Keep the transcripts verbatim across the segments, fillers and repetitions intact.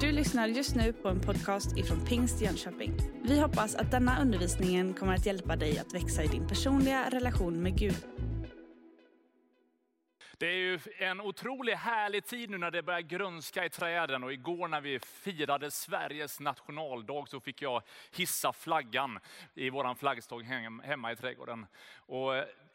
Du lyssnar just nu på en podcast ifrån Pingst Jönköping. Vi hoppas att denna undervisning kommer att hjälpa dig att växa i din personliga relation med Gud. Det är ju en otroligt härlig tid nu när det börjar grönska i träden, och igår när vi firade Sveriges nationaldag så fick jag hissa flaggan i våran flaggstång hemma i trädgården. Och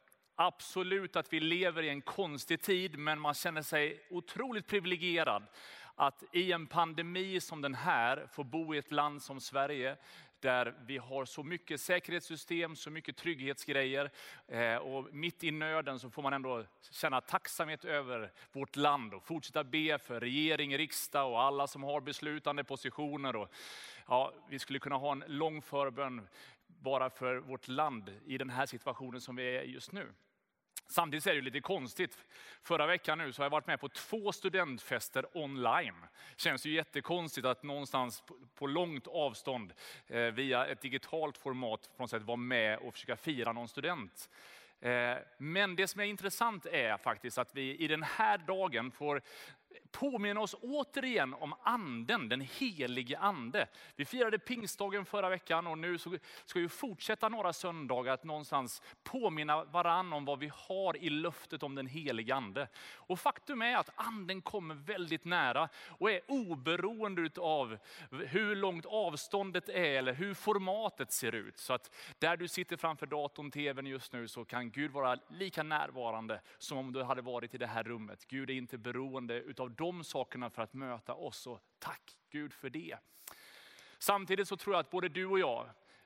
absolut att vi lever i en konstig tid, men man känner sig otroligt privilegierad att i en pandemi som den här få bo i ett land som Sverige, där vi har så mycket säkerhetssystem, så mycket trygghetsgrejer. Eh, och mitt i nöden så får man ändå känna tacksamhet över vårt land och fortsätta be för regering, riksdag och alla som har beslutande positioner. Och, ja, vi skulle kunna ha en lång förbön bara för vårt land i den här situationen som vi är just nu. Samtidigt är det lite konstigt. Förra veckan nu så har jag varit med på två studentfester online. Känns ju jättekonstigt att någonstans på långt avstånd eh, via ett digitalt format på något sätt vara med och försöka fira någon student. Eh, men det som är intressant är faktiskt att vi i den här dagen får påminna oss återigen om anden, den helige ande. Vi firade pingstdagen förra veckan och nu så ska vi fortsätta några söndagar att någonstans påminna varann om vad vi har i löftet om den helige ande. Och faktum är att anden kommer väldigt nära och är oberoende av hur långt avståndet är eller hur formatet ser ut. Så att där du sitter framför datorn, tvn just nu, så kan Gud vara lika närvarande som om du hade varit i det här rummet. Gud är inte beroende utav de sakerna för att möta oss, och tack Gud för det. Samtidigt så tror jag att både du och jag,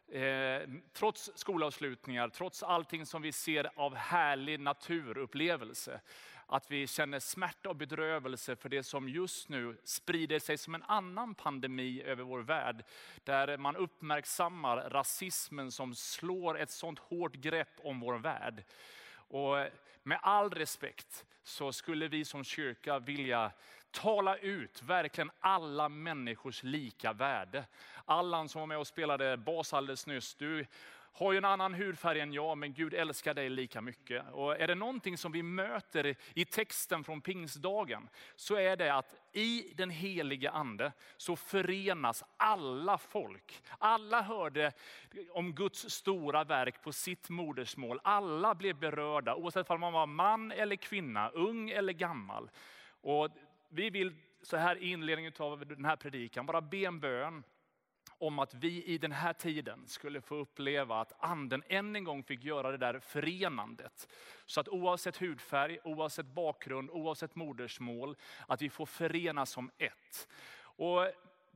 eh, trots skolavslutningar, trots allting som vi ser av härlig naturupplevelse, att vi känner smärta och bedrövelse för det som just nu sprider sig som en annan pandemi över vår värld. Där man uppmärksammar rasismen som slår ett sånt hårt grepp om vår värld. Och med all respekt så skulle vi som kyrka vilja tala ut verkligen alla människors lika värde. Allan som var med och spelade bas alldeles nyss, du har ju en annan hudfärg än jag, men Gud älskar dig lika mycket. Och är det någonting som vi möter i texten från pingstdagen, så är det att i den heliga ande så förenas alla folk. Alla hörde om Guds stora verk på sitt modersmål. Alla blev berörda, oavsett om man var man eller kvinna, ung eller gammal. Och vi vill så här i inledningen av den här predikan bara be en bön om att vi i den här tiden skulle få uppleva att anden än en gång fick göra det där förenandet. Så att oavsett hudfärg, oavsett bakgrund, oavsett modersmål, att vi får förenas som ett. Och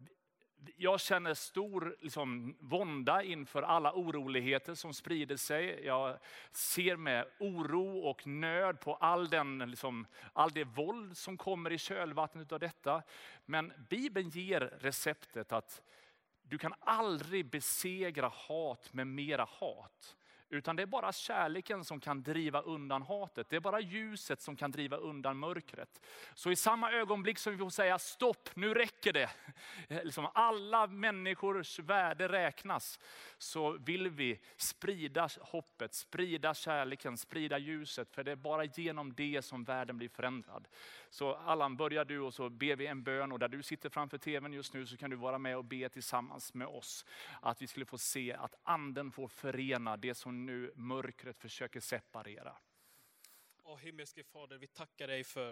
jag känner stor liksom, vånda inför alla oroligheter som sprider sig. Jag ser med oro och nöd på all, den, liksom, all det våld som kommer i kölvattnet av detta. Men Bibeln ger receptet att du kan aldrig besegra hat med mera hat. Utan det är bara kärleken som kan driva undan hatet. Det är bara ljuset som kan driva undan mörkret. Så i samma ögonblick som vi får säga stopp, nu räcker det. Liksom alla människors värde räknas. Så vill vi sprida hoppet, sprida kärleken, sprida ljuset. För det är bara genom det som världen blir förändrad. Så Allan, börjar du och så ber vi en bön. Och där du sitter framför tvn just nu så kan du vara med och be tillsammans med oss. Att vi skulle få se att anden får förena det som nu mörkret försöker separera. Åh, himmelske Fader, vi tackar dig för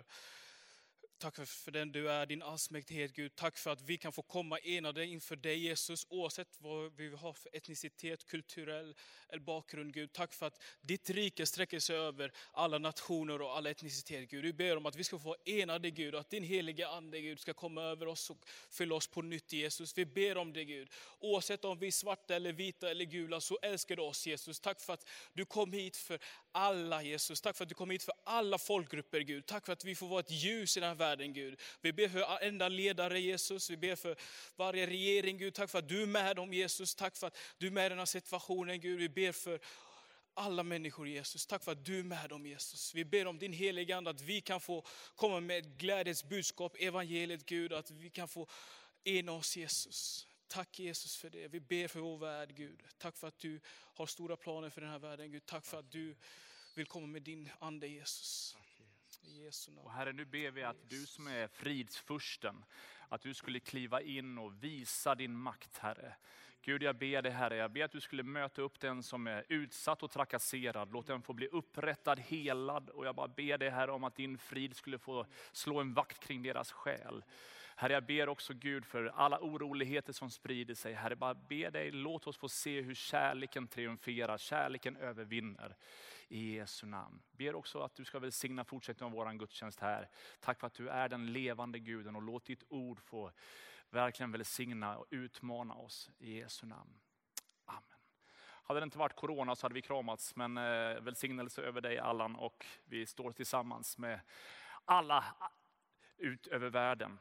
Tack för, för den du är, din allsmäktighet Gud. Tack för att vi kan få komma enade inför dig Jesus, oavsett vad vi har för etnicitet, kulturell eller bakgrund Gud. Tack för att ditt rike sträcker sig över alla nationer och alla etnicitet Gud. Vi ber om att vi ska få enade Gud, att din heliga ande Gud ska komma över oss och fylla oss på nytt Jesus. Vi ber om det Gud. Oavsett om vi är svarta eller vita eller gula så älskar du oss Jesus. Tack för att du kom hit för alla Jesus. Tack för att du kom hit för alla folkgrupper Gud. Tack för att vi får vara ett ljus i den här världen Gud. Vi ber för varenda ledare Jesus. Vi ber för varje regering Gud. Tack för att du är med dem Jesus. Tack för att du är med i den här situationen Gud. Vi ber för alla människor Jesus. Tack för att du är med dem Jesus. Vi ber om din heliga ande att vi kan få komma med ett glädjens budskap, evangeliet Gud. Att vi kan få ena oss Jesus. Tack Jesus för det. Vi ber för vår värld Gud. Tack för att du har stora planer för den här världen Gud. Tack för att du vill komma med din ande Jesus. I Jesu namn. Och Herre, nu ber vi att du som är fridsfursten, att du skulle kliva in och visa din makt, Herre. Gud, jag ber dig, Herre, jag ber att du skulle möta upp den som är utsatt och trakasserad. Låt den få bli upprättad, helad. Och jag bara ber dig, Herre, om att din frid skulle få slå en vakt kring deras själ. Herre, jag ber också Gud för alla oroligheter som sprider sig. Herre, bara ber dig, låt oss få se hur kärleken triumferar, kärleken övervinner. I Jesu namn. Ber också att du ska välsigna fortsättningen av våran gudstjänst här. Tack för att du är den levande Guden och låt ditt ord få verkligen välsigna och utmana oss. I Jesu namn. Amen. Hade det inte varit corona så hade vi kramats, men eh, välsignelse över dig Allan, och vi står tillsammans med alla ut över världen.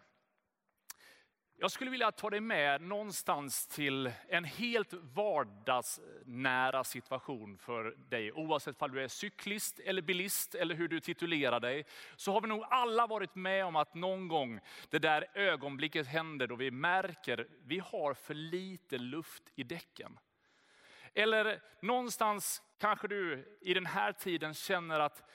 Jag skulle vilja ta dig med någonstans till en helt vardagsnära situation för dig. Oavsett om du är cyklist eller bilist eller hur du titulerar dig, så har vi nog alla varit med om att någon gång det där ögonblicket händer då vi märker att vi har för lite luft i däcken. Eller någonstans kanske du i den här tiden känner att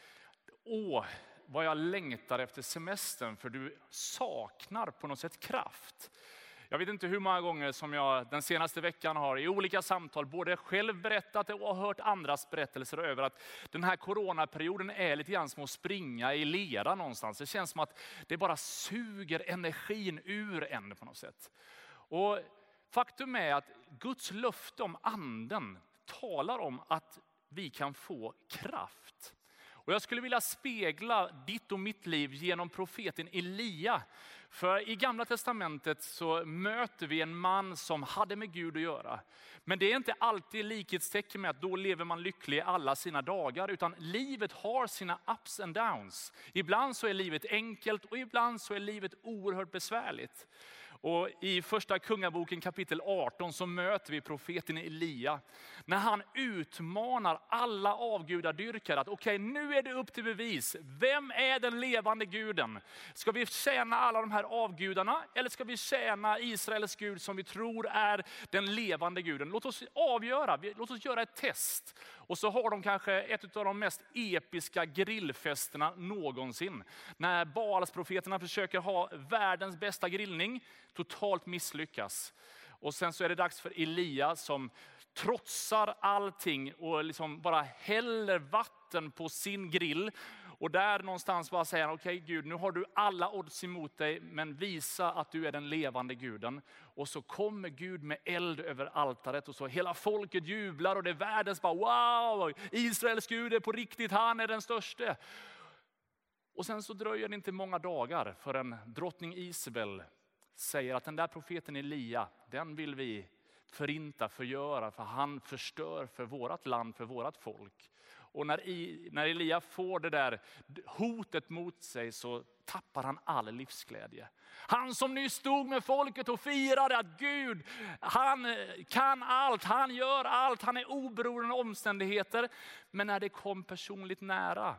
åh, vad jag längtar efter semestern, för du saknar på något sätt kraft. Jag vet inte hur många gånger som jag den senaste veckan har i olika samtal både själv berättat och hört andras berättelser över att den här coronaperioden är lite grann som att springa i lera någonstans. Det känns som att det bara suger energin ur en på något sätt. Och faktum är att Guds löfte om anden talar om att vi kan få kraft. Och jag skulle vilja spegla ditt och mitt liv genom profeten Elia. För i Gamla testamentet så möter vi en man som hade med Gud att göra. Men det är inte alltid likhetstecken med att då lever man lycklig alla sina dagar. Utan livet har sina ups and downs. Ibland så är livet enkelt och ibland så är livet oerhört besvärligt. Och i första kungaboken kapitel arton så möter vi profeten Elia. När han utmanar alla avgudadyrkare att okej, okay, nu är det upp till bevis. Vem är den levande guden? Ska vi tjäna alla de här avgudarna eller ska vi tjäna Israels Gud som vi tror är den levande guden? Låt oss avgöra, låt oss göra ett test. Och så har de kanske ett av de mest episka grillfesterna någonsin. När Baalsprofeterna försöker ha världens bästa grillning, totalt misslyckas. Och sen så är det dags för Elia som trotsar allting och liksom bara häller vatten på sin grill. Och där någonstans bara säger han, okej okay, Gud, nu har du alla odds emot dig, men visa att du är den levande guden. Och så kommer Gud med eld över altaret och så hela folket jublar och det är världens bara wow, Israels Gud är på riktigt, han är den största. Och sen så dröjer det inte många dagar förrän drottning Isabel säger att den där profeten Elia, den vill vi förinta, förgöra, för han förstör för vårat land, för vårat folk. Och när, I, när Elia får det där hotet mot sig så tappar han all livsglädje. Han som nu stod med folket och firade att Gud, han kan allt, han gör allt, han är oberoende av omständigheter. Men när det kom personligt nära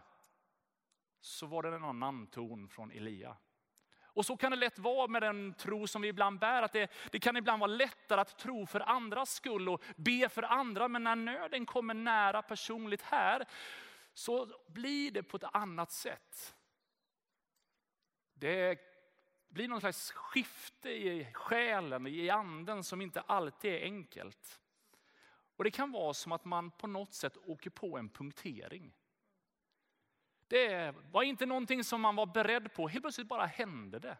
så var det en annan ton från Elia. Och så kan det lätt vara med den tro som vi ibland bär. Att det, det kan ibland vara lättare att tro för andras skull och be för andra. Men när nöden kommer nära personligt här så blir det på ett annat sätt. Det blir någon slags skifte i själen, i anden som inte alltid är enkelt. Och det kan vara som att man på något sätt åker på en punktering. Det var inte någonting som man var beredd på. Helt plötsligt bara hände det.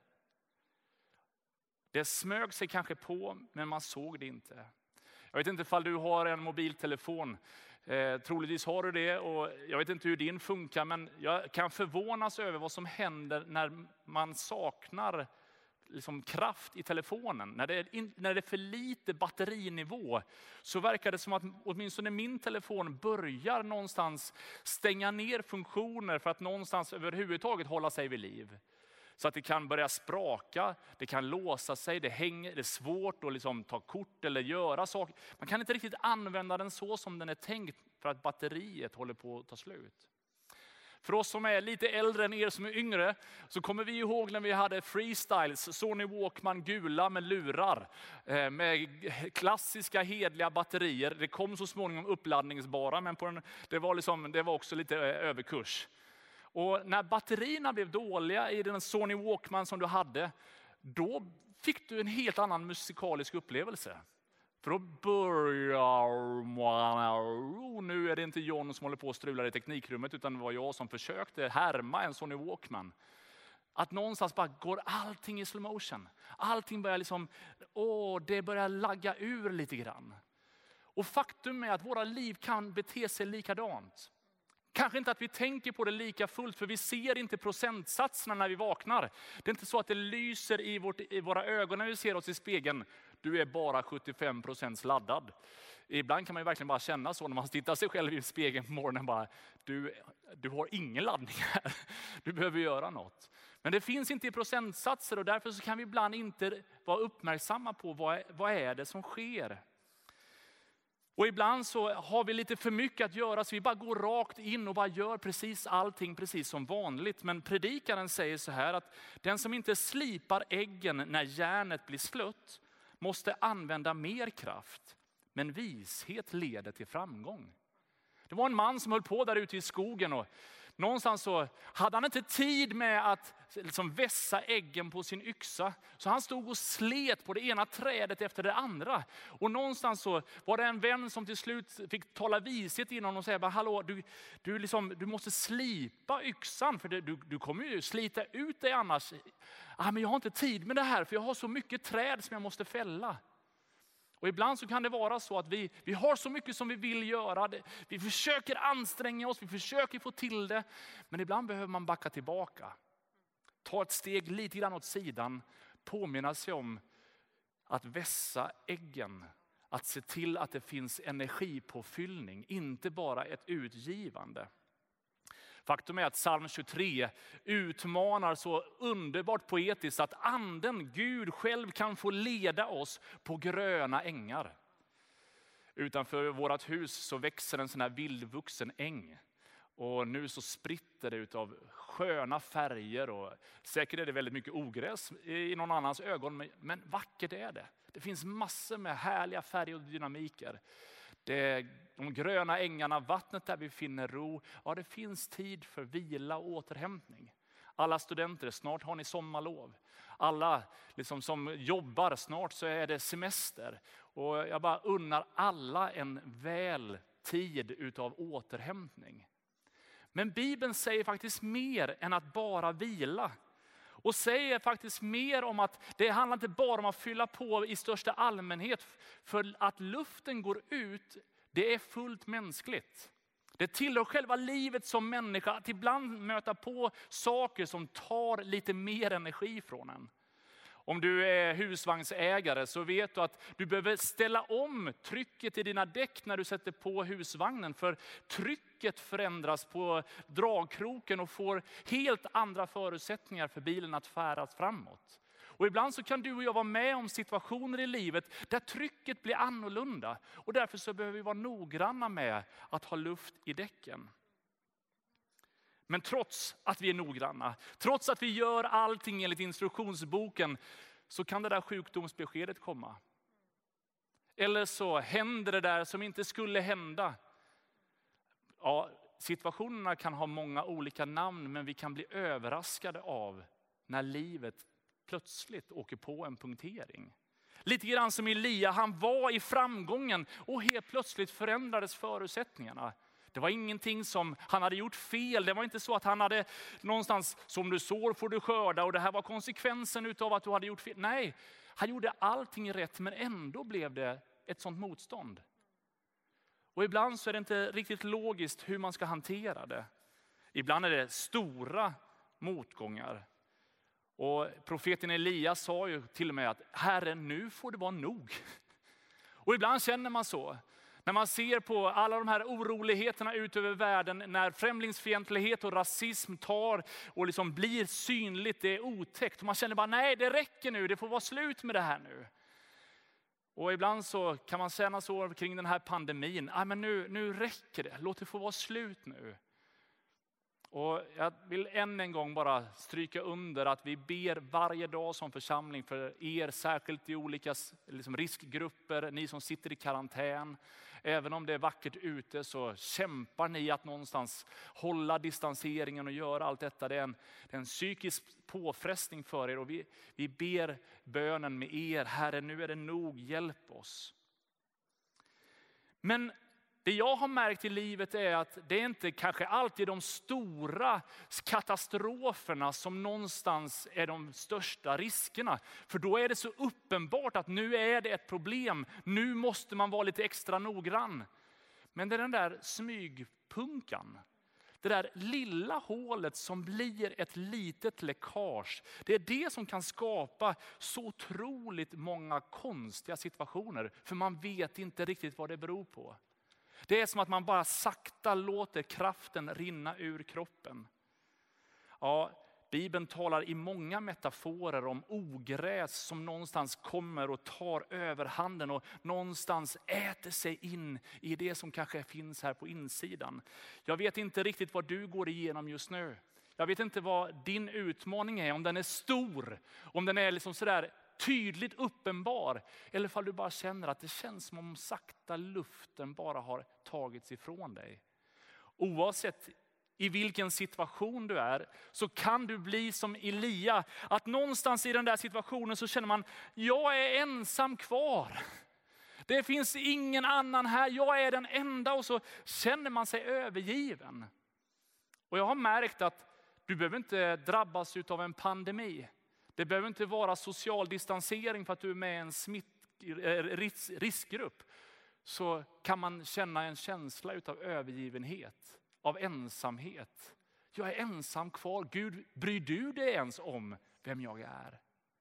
Det smög sig kanske på, men man såg det inte. Jag vet inte ifall du har en mobiltelefon. Eh, troligtvis har du det. Och jag vet inte hur din funkar, men jag kan förvånas över vad som händer när man saknar liksom kraft i telefonen. När det, är in, när det är för lite batterinivå så verkar det som att åtminstone min telefon börjar någonstans stänga ner funktioner för att någonstans överhuvudtaget hålla sig vid liv. Så att det kan börja spraka, det kan låsa sig, det, hänger, det är svårt att liksom ta kort eller göra saker. Man kan inte riktigt använda den så som den är tänkt för att batteriet håller på att ta slut. För oss som är lite äldre än er som är yngre så kommer vi ihåg när vi hade Freestyles, Sony Walkman gula med lurar. Med klassiska hedliga batterier. Det kom så småningom uppladdningsbara, men på den, det, var liksom, det var också lite överkurs. Och när batterierna blev dåliga i den Sony Walkman som du hade, då fick du en helt annan musikalisk upplevelse. För då börjar man, nu är det inte John som håller på att strula i teknikrummet, utan det var jag som försökte härma en Sony Walkman. Att någonstans bara går allting i slow motion. Allting börjar liksom, åh, det börjar lagga ur lite grann. Och faktum är att våra liv kan bete sig likadant. Kanske inte att vi tänker på det lika fullt, för vi ser inte procentsatserna när vi vaknar. Det är inte så att det lyser i, vårt, i våra ögon när vi ser oss i spegeln. Du är bara sjuttiofem procent laddad. Ibland kan man ju verkligen bara känna så när man tittar sig själv i spegeln på morgonen. Bara, du, du har ingen laddning här. Du behöver göra något. Men det finns inte i procentsatser, och därför så kan vi ibland inte vara uppmärksamma på vad, vad är det som sker. Och ibland så har vi lite för mycket att göra, så vi bara går rakt in och bara gör precis allting precis som vanligt. Men predikaren säger så här, att den som inte slipar äggen när järnet blir slött måste använda mer kraft. Men vishet leder till framgång. Det var en man som höll på där ute i skogen, och någonstans så hade han inte tid med att liksom vässa äggen på sin yxa. Så han stod och slet på det ena trädet efter det andra. Och någonstans så var det en vän som till slut fick tala vishet in honom och säga, hallå, du, du, liksom, du måste slipa yxan, för det, du, du kommer ju slita ut dig annars. Ah, men jag har inte tid med det här, för jag har så mycket träd som jag måste fälla. Och ibland så kan det vara så att vi, vi har så mycket som vi vill göra. Vi försöker anstränga oss, vi försöker få till det. Men ibland behöver man backa tillbaka. Ta ett steg lite grann åt sidan. Påminna sig om att vässa äggen. Att se till att det finns energipåfyllning, inte bara ett utgivande. Faktum är att psalm tjugotre utmanar så underbart poetiskt att anden, Gud själv, kan få leda oss på gröna ängar. Utanför vårt hus så växer en sån här vildvuxen äng. Och nu så spritter det ut av sköna färger, och säkert är det väldigt mycket ogräs i någon annans ögon, men vackert är det. Det finns massor med härliga färger och dynamiker. Det, de gröna ängarna, vattnet där vi finner ro. Ja, det finns tid för vila och återhämtning. Alla studenter, snart har ni sommarlov. Alla liksom som jobbar, snart så är det semester. Och jag bara unnar alla en väl tid utav återhämtning. Men Bibeln säger faktiskt mer än att bara vila. Och säger faktiskt mer om att det handlar inte bara om att fylla på i största allmänhet. För att luften går ut, det är fullt mänskligt. Det tillhör själva livet som människa att ibland möta på saker som tar lite mer energi från en. Om du är husvagnsägare så vet du att du behöver ställa om trycket i dina däck när du sätter på husvagnen. För trycket förändras på dragkroken och får helt andra förutsättningar för bilen att färdas framåt. Och ibland så kan du och jag vara med om situationer i livet där trycket blir annorlunda. Och därför så behöver vi vara noggranna med att ha luft i däcken. Men trots att vi är noggranna, trots att vi gör allting enligt instruktionsboken, så kan det där sjukdomsbeskedet komma. Eller så händer det där som inte skulle hända. Ja, situationerna kan ha många olika namn, men vi kan bli överraskade av när livet plötsligt åker på en punktering. Lite grann som Elia, han var i framgången och helt plötsligt förändrades förutsättningarna. Det var ingenting som han hade gjort fel. Det var inte så att han hade någonstans, som du sår får du skörda, och det här var konsekvensen av att du hade gjort fel. Nej, han gjorde allting rätt, men ändå blev det ett sånt motstånd. Och ibland så är det inte riktigt logiskt hur man ska hantera det. Ibland är det stora motgångar. Och profeten Elia sa ju till och med att Herre, nu får det vara nog. Och ibland känner man så. När man ser på alla de här oroligheterna ut över världen, när främlingsfientlighet och rasism tar och liksom blir synligt, det är otäckt. Och man känner bara, nej det räcker nu, det får vara slut med det här nu. Och ibland så kan man känna så kring den här pandemin, ah, men nu, nu räcker det, låt det få vara slut nu. Och jag vill än en gång bara stryka under att vi ber varje dag som församling för er, särskilt i olika liksom riskgrupper, ni som sitter i karantän. Även om det är vackert ute så kämpar ni att någonstans hålla distanseringen och göra allt detta. Det är en, det är en psykisk påfrestning för er och vi, vi ber bönen med er. Herre, nu är det nog, hjälp oss. Men det jag har märkt i livet är att det är inte kanske alltid de stora katastroferna som någonstans är de största riskerna. För då är det så uppenbart att nu är det ett problem. Nu måste man vara lite extra noggrann. Men det är den där smygpunkan. Det där lilla hålet som blir ett litet läckage. Det är det som kan skapa så otroligt många konstiga situationer. För man vet inte riktigt vad det beror på. Det är som att man bara sakta låter kraften rinna ur kroppen. Ja, Bibeln talar i många metaforer om ogräs som någonstans kommer och tar över handen och någonstans äter sig in i det som kanske finns här på insidan. Jag vet inte riktigt vad du går igenom just nu. Jag vet inte vad din utmaning är, om den är stor, om den är liksom sådär tydligt uppenbar. Eller om du bara känner att det känns som om sakta luften bara har tagits ifrån dig. Oavsett i vilken situation du är så kan du bli som Elia. Att någonstans i den där situationen så känner man, jag är ensam kvar. Det finns ingen annan här, jag är den enda. Och så känner man sig övergiven. Och jag har märkt att du behöver inte drabbas av en pandemi. Det behöver inte vara social distansering för att du är med i en smitt, riskgrupp. Så kan man känna en känsla av övergivenhet, av ensamhet. Jag är ensam kvar. Gud, bryr du dig ens om vem jag är?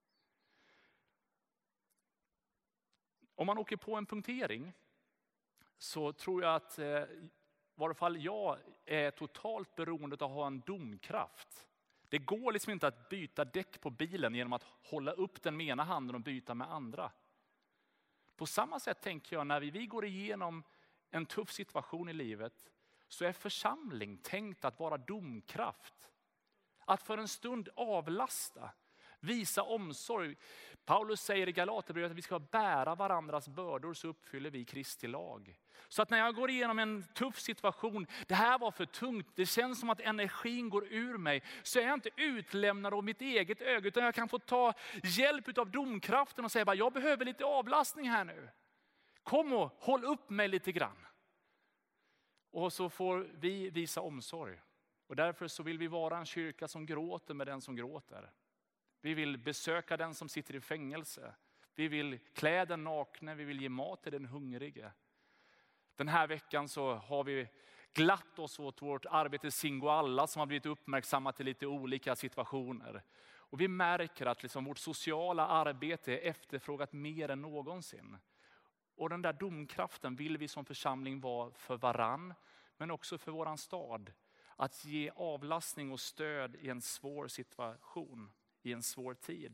Om man åker på en punktering så tror jag att eh, i varje fall jag är totalt beroende av att ha en domkraft. Det går liksom inte att byta däck på bilen genom att hålla upp den med ena handen och byta med andra. På samma sätt tänker jag när vi, vi går igenom en tuff situation i livet så är församling tänkt att vara domkraft. Att för en stund avlasta, visa omsorg. Paulus säger i Galaterbrevet att vi ska bära varandras bördor så uppfyller vi Kristi lag. Så att när jag går igenom en tuff situation, det här var för tungt, det känns som att energin går ur mig, så är jag inte utlämnad av mitt eget öga utan jag kan få ta hjälp av domkraften och säga bara, jag behöver lite avlastning här nu. Kom och håll upp mig lite grann. Och så får vi visa omsorg. Och därför så vill vi vara en kyrka som gråter med den som gråter. Vi vill besöka den som sitter i fängelse. Vi vill klä den nakne, vi vill ge mat till den hungrige. Den här veckan så har vi glatt oss åt vårt arbete Singo alla som har blivit uppmärksammat i lite olika situationer. Och vi märker att liksom vårt sociala arbete är efterfrågat mer än någonsin. Och den där domkraften vill vi som församling vara för varann men också för våran stad. Att ge avlastning och stöd i en svår situation, i en svår tid.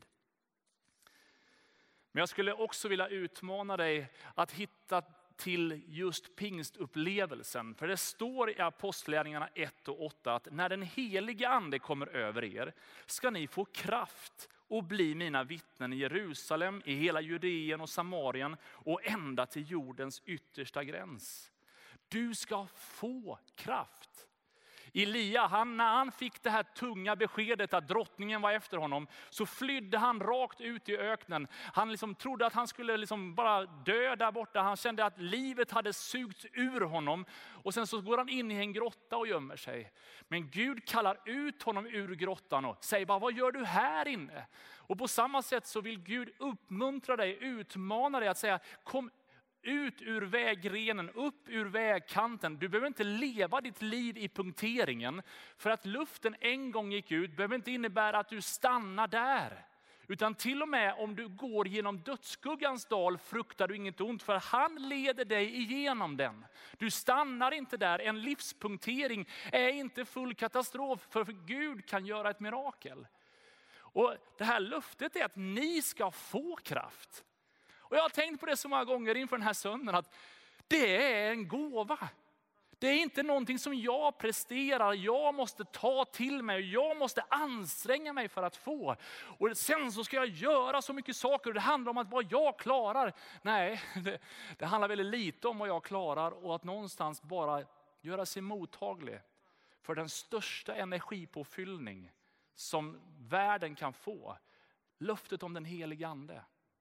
Men jag skulle också vilja utmana dig att hitta till just pingstupplevelsen. För det står i Apostlagärningarna ett och åtta att när den helige ande kommer över er ska ni få kraft och bli mina vittnen i Jerusalem, i hela Judeen och Samarien och ända till jordens yttersta gräns. Du ska få kraft. Elia, han, när han fick det här tunga beskedet att drottningen var efter honom så flydde han rakt ut i öknen. Han liksom trodde att han skulle liksom bara dö där borta. Han kände att livet hade sugts ur honom. Och sen så går han in i en grotta och gömmer sig. Men Gud kallar ut honom ur grottan och säger bara, vad gör du här inne? Och på samma sätt så vill Gud uppmuntra dig, utmana dig att säga, kom ut ur vägrenen, upp ur vägkanten. Du behöver inte leva ditt liv i punkteringen. För att luften en gång gick ut behöver inte innebära att du stannar där. Utan till och med om du går genom dödsskuggans dal fruktar du inget ont. För han leder dig igenom den. Du stannar inte där. En livspunktering är inte full katastrof. För Gud kan göra ett mirakel. Och det här löftet är att ni ska få kraft. Och jag har tänkt på det så många gånger inför den här söndagen att det är en gåva. Det är inte någonting som jag presterar, jag måste ta till mig, jag måste anstränga mig för att få. Och sen så ska jag göra så mycket saker och det handlar om att vad jag klarar. Nej, det, det handlar väldigt lite om vad jag klarar och att någonstans bara göra sig mottaglig för den största energipåfyllning som världen kan få. Löftet om den helige ande.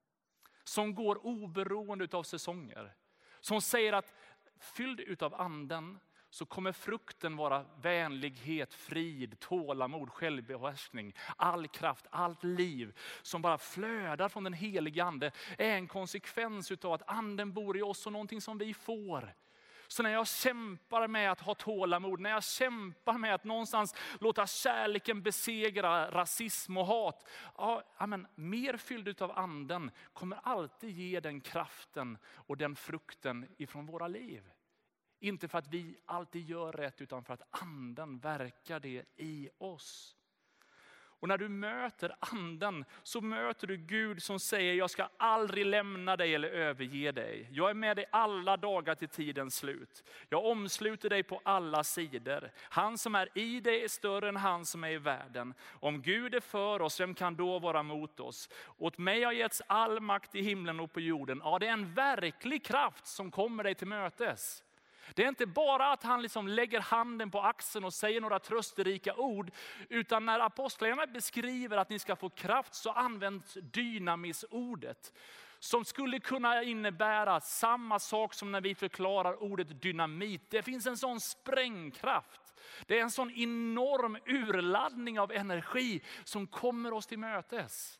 Som går oberoende av säsonger. Som säger att fylld utav anden så kommer frukten vara vänlighet, frid, tålamod, självbehärskning. All kraft, allt liv som bara flödar från den helige ande är en konsekvens utav att anden bor i oss och någonting som vi får. Så när jag kämpar med att ha tålamod, när jag kämpar med att någonstans låta kärleken besegra rasism och hat. Ja, men mer fylld utav anden kommer alltid ge den kraften och den frukten ifrån våra liv. Inte för att vi alltid gör rätt utan för att anden verkar det i oss. Och när du möter anden så möter du Gud som säger jag ska aldrig lämna dig eller överge dig. Jag är med dig alla dagar till tidens slut. Jag omsluter dig på alla sidor. Han som är i dig är större än han som är i världen. Om Gud är för oss, vem kan då vara mot oss? Åt mig har getts all makt i himlen och på jorden. Ja, det är en verklig kraft som kommer dig till mötes. Det är inte bara att han liksom lägger handen på axeln och säger några trösterika ord. Utan när apostlarna beskriver att ni ska få kraft så används dynamisordet. Som skulle kunna innebära samma sak som när vi förklarar ordet dynamit. Det finns en sån sprängkraft. Det är en sån enorm urladdning av energi som kommer oss till mötes.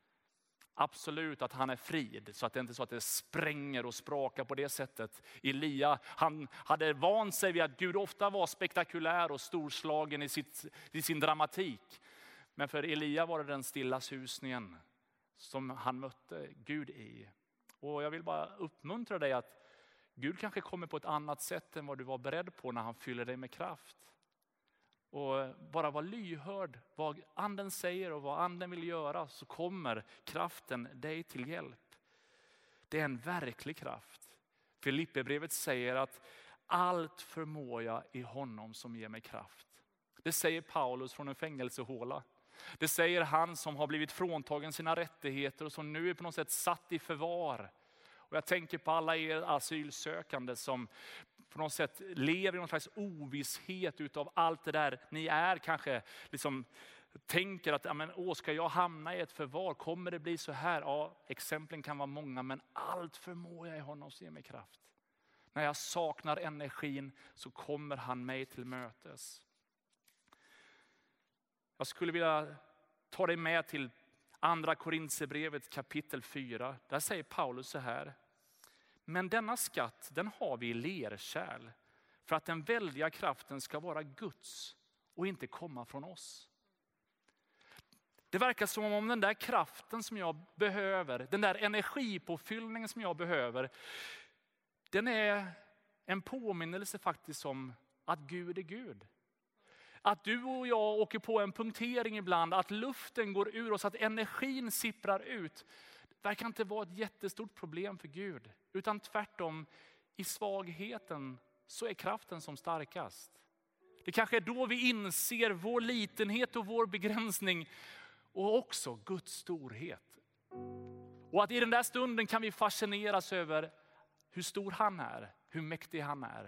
Absolut att han är frid så att det inte är så att det spränger och sprakar på det sättet. Elia, han hade vant sig vid att Gud ofta var spektakulär och storslagen i, sitt, i sin dramatik. Men för Elia var det den stilla susningen som han mötte Gud i. Och jag vill bara uppmuntra dig att Gud kanske kommer på ett annat sätt än vad du var beredd på när han fyller dig med kraft. Och bara vara lyhörd vad anden säger och vad anden vill göra så kommer kraften dig till hjälp. Det är en verklig kraft. Filipperbrevet säger att allt förmår jag i honom som ger mig kraft. Det säger Paulus från en fängelsehåla. Det säger han som har blivit fråntagen sina rättigheter och som nu är på något sätt satt i förvar. Och jag tänker på alla er asylsökande som på något sätt lever i någon slags ovisshet utav allt det där. Ni är kanske liksom tänker att ja, men, åh, ska jag hamna i ett förvar? Kommer det bli så här? Ja, exemplen kan vara många, men allt förmår jag i honom som ger mig kraft. När jag saknar energin så kommer han mig till mötes. Jag skulle vilja ta dig med till andra Korinthierbrevet kapitel fyra. Där säger Paulus så här. Men denna skatt, den har vi i lerkärl för att den väldiga kraften ska vara Guds och inte komma från oss. Det verkar som om den där kraften som jag behöver, den där energipåfyllningen som jag behöver, den är en påminnelse faktiskt om att Gud är Gud. Att du och jag åker på en punktering ibland, att luften går ur oss, att energin sipprar ut. Det verkar inte vara ett jättestort problem för Gud. Utan tvärtom, i svagheten så är kraften som starkast. Det kanske är då vi inser vår litenhet och vår begränsning. Och också Guds storhet. Och att i den där stunden kan vi fascineras över hur stor han är. Hur mäktig han är.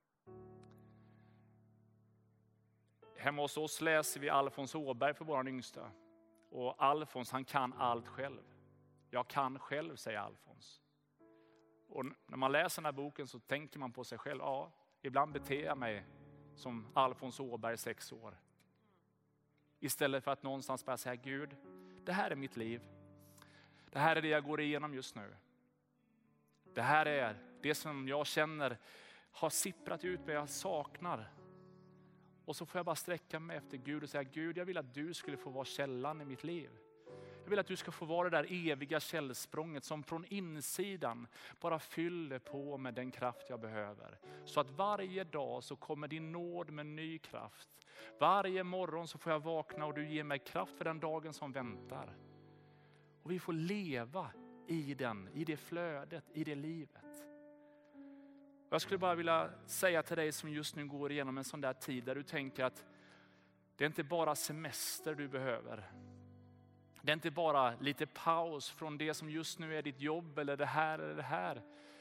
Hemma hos oss läser vi Alfons Åberg för våran yngsta. Och Alfons, han kan allt själv. Jag kan själv, säger Alfons. Och när man läser den här boken så tänker man på sig själv. Ja, ibland beter jag mig som Alfons Åberg, sex år. Istället för att någonstans bara säga, Gud, det här är mitt liv. Det här är det jag går igenom just nu. Det här är det som jag känner har sipprat ut vad jag saknar. Och så får jag bara sträcka mig efter Gud och säga, Gud, jag vill att du skulle få vara källan i mitt liv. Jag vill att du ska få vara det där eviga källsprånget som från insidan bara fyller på med den kraft jag behöver. Så att varje dag så kommer din nåd med ny kraft. Varje morgon så får jag vakna och du ger mig kraft för den dagen som väntar. Och vi får leva i den, i det flödet, i det livet. Jag skulle bara vilja säga till dig som just nu går igenom en sån där tid där du tänker att det är inte bara semester du behöver. Det är inte bara lite paus från det som just nu är ditt jobb eller det här eller det här.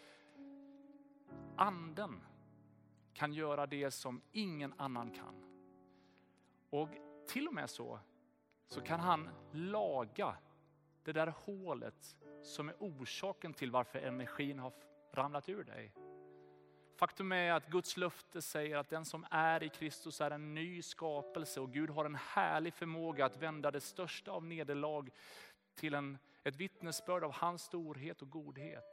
Anden kan göra det som ingen annan kan. Och till och med så, så kan han laga det där hålet som är orsaken till varför energin har ramlat ur dig. Faktum är att Guds löfte säger att den som är i Kristus är en ny skapelse. Och Gud har en härlig förmåga att vända det största av nederlag till en, ett vittnesbörd av hans storhet och godhet.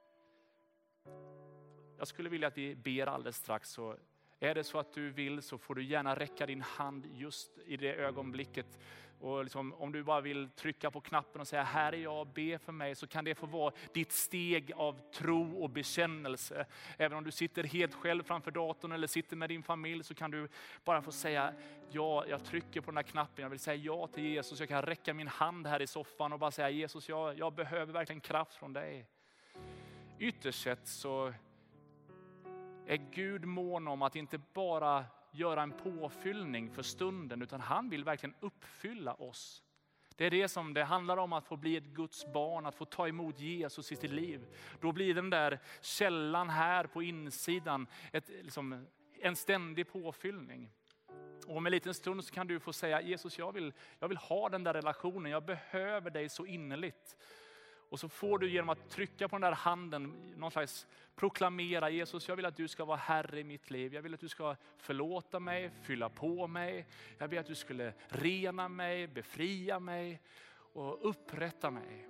Jag skulle vilja att vi ber alldeles strax. Så är det så att du vill så får du gärna räcka din hand just i det ögonblicket. Och liksom, om du bara vill trycka på knappen och säga här är jag, be för mig, så kan det få vara ditt steg av tro och bekännelse. Även om du sitter helt själv framför datorn eller sitter med din familj, så kan du bara få säga ja, jag trycker på den här knappen. Jag vill säga ja till Jesus. Jag kan räcka min hand här i soffan och bara säga Jesus, jag, jag behöver verkligen kraft från dig. Ytterst sett så är Gud mån om att inte bara göra en påfyllning för stunden, utan han vill verkligen uppfylla oss. Det är det som det handlar om, att få bli ett Guds barn, att få ta emot Jesus i sitt liv. Då blir den där källan här på insidan ett, liksom, en ständig påfyllning. Och om en liten stund så kan du få säga Jesus, jag vill, jag vill ha den där relationen, jag behöver dig så innerligt. Och så får du genom att trycka på den där handen någon slags proklamera Jesus, jag vill att du ska vara herre i mitt liv. Jag vill att du ska förlåta mig, fylla på mig. Jag vill att du skulle rena mig, befria mig och upprätta mig.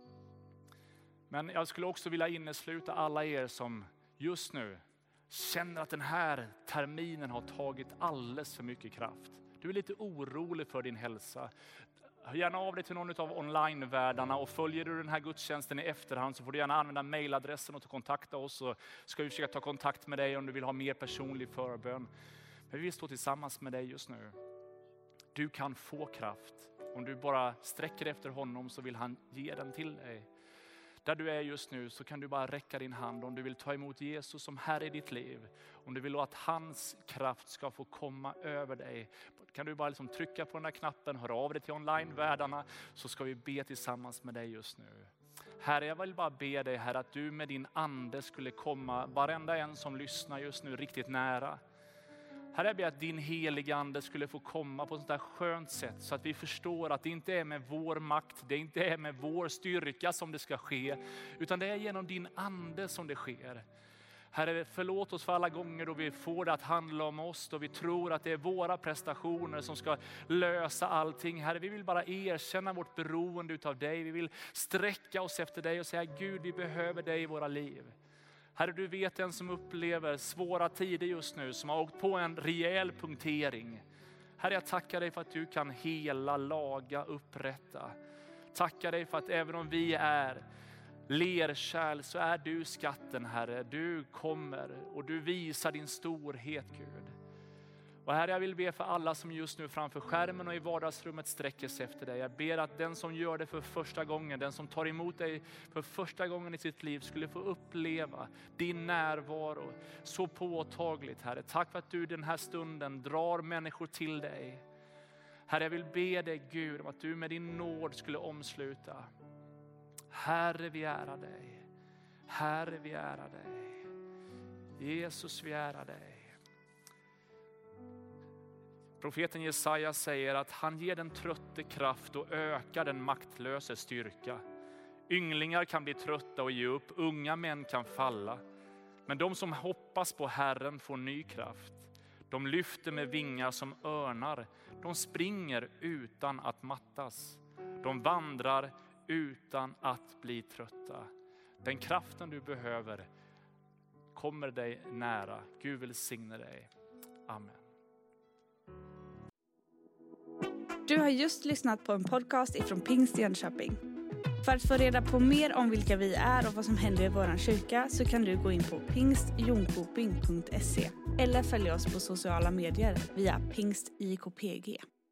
Men jag skulle också vilja innesluta alla er som just nu känner att den här terminen har tagit alldeles för mycket kraft. Du är lite orolig för din hälsa. Hör gärna av dig till någon av online-världarna, och följer du den här gudstjänsten i efterhand så får du gärna använda mejladressen och ta kontakta oss, och ska vi försöka ta kontakt med dig om du vill ha mer personlig förbön. Men vi vill stå tillsammans med dig just nu. Du kan få kraft. Om du bara sträcker efter honom så vill han ge den till dig. Där du är just nu så kan du bara räcka din hand om du vill ta emot Jesus som Herre i ditt liv. Om du vill att hans kraft ska få komma över dig, kan du bara liksom trycka på den här knappen, höra av dig till online-världarna, så ska vi be tillsammans med dig just nu. Herre, jag vill bara be dig här att du med din ande skulle komma varenda en som lyssnar just nu riktigt nära. Herre, jag ber att din heliga ande skulle få komma på ett sånt där skönt sätt så att vi förstår att det inte är med vår makt, det inte är med vår styrka som det ska ske, utan det är genom din ande som det sker. Herre, förlåt oss för alla gånger då vi får det att handla om oss, då vi tror att det är våra prestationer som ska lösa allting. Herre, vi vill bara erkänna vårt beroende utav dig. Vi vill sträcka oss efter dig och säga Gud, vi behöver dig i våra liv. Herre, du vet den som upplever svåra tider just nu, som har åkt på en rejäl punktering. Herre, jag tackar dig för att du kan hela, laga, upprätta. Tackar dig för att även om vi är lerkärl så är du skatten, Herre. Du kommer och du visar din storhet, Gud. Och Herre, jag vill be för alla som just nu framför skärmen och i vardagsrummet sträcker sig efter dig. Jag ber att den som gör det för första gången, den som tar emot dig för första gången i sitt liv, skulle få uppleva din närvaro så påtagligt, Herre. Tack för att du den här stunden drar människor till dig. Herre, jag vill be dig, Gud, om att du med din nåd skulle omsluta. Herre, vi ärar dig. Herre, vi ärar dig. Jesus, vi ärar dig. Profeten Jesaja säger att han ger den trötte kraft och ökar den maktlöse styrka. Ynglingar kan bli trötta och ge upp, unga män kan falla. Men de som hoppas på Herren får ny kraft. De lyfter med vingar som örnar. De springer utan att mattas. De vandrar utan att bli trötta. Den kraften du behöver kommer dig nära. Gud välsigne dig. Amen. Du har just lyssnat på en podcast ifrån Pingst Jönköping. För att få reda på mer om vilka vi är och vad som händer i våran kyrka så kan du gå in på pingst jonkoping punkt se eller följa oss på sociala medier via pingst I K P G.